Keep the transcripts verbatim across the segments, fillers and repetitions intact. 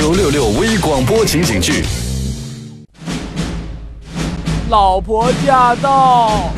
九六六微广播情景剧。 老婆驾到！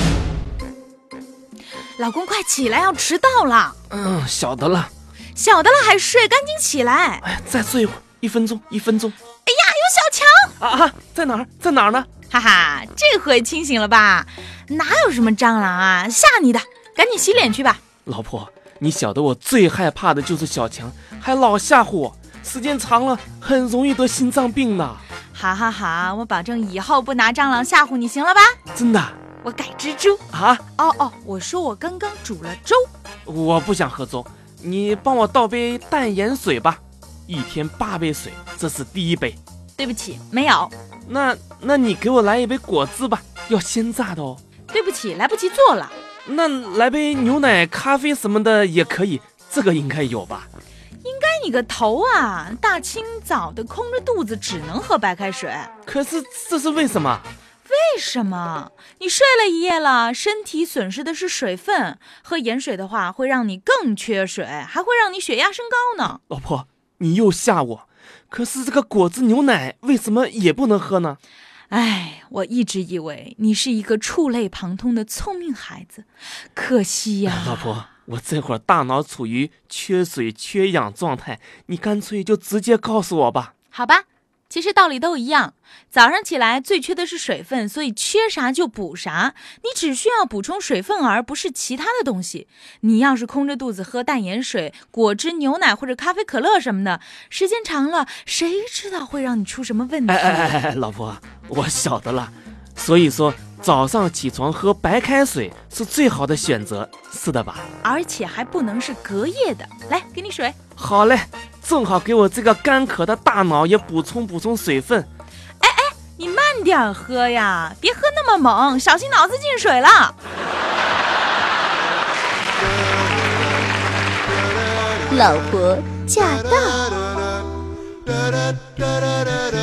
老公快起来，要迟到了。 嗯，晓得了。 晓得了还睡，赶紧起来。 哎，再睡一会儿，一分钟，一分钟。 哎呀，有小强啊啊，在哪儿？在哪儿呢？ 哈哈，这回清醒了吧？哪有什么蟑螂啊，吓你的，赶紧洗脸去吧。 老婆，你晓得我最害怕的就是小强，还老吓唬我，时间长了很容易得心脏病的。 哈哈哈，我保证以后不拿蟑螂吓唬你，行了吧？ 真的？ 我改蜘蛛啊？ 哦哦，我说我刚刚煮了粥。 我不想喝粥，你帮我倒杯淡盐水吧，一天八杯水，这是第一杯。 对不起，没有。 那那你给我来一杯果汁吧，要鲜榨的哦。 对不起，来不及做了。 那来杯牛奶、咖啡什么的也可以，这个应该有吧？ 应该你个头啊！大清早的空着肚子只能喝白开水。 可是这是为什么？ 为什么？你睡了一夜了，身体损失的是水分，喝盐水的话会让你更缺水，还会让你血压升高呢。 老婆，你又吓我。可是这个果汁牛奶为什么也不能喝呢？ 哎，我一直以为你是一个触类旁通的聪明孩子，可惜呀、啊。 老婆，我这会儿大脑处于缺水缺氧状态，你干脆就直接告诉我吧。 好吧，其实道理都一样，早上起来最缺的是水分，所以缺啥就补啥，你只需要补充水分而不是其他的东西。你要是空着肚子喝淡盐水、果汁、牛奶或者咖啡可乐什么的，时间长了谁知道会让你出什么问题。 哎哎哎哎，老婆，我晓得了，所以说早上起床喝白开水是最好的选择，是的吧？ 而且还不能是隔夜的。来，给你水。 好嘞，正好给我这个干渴的大脑也补充补充水分。 哎哎，你慢点喝呀，别喝那么猛，小心脑子进水了。 老婆驾到。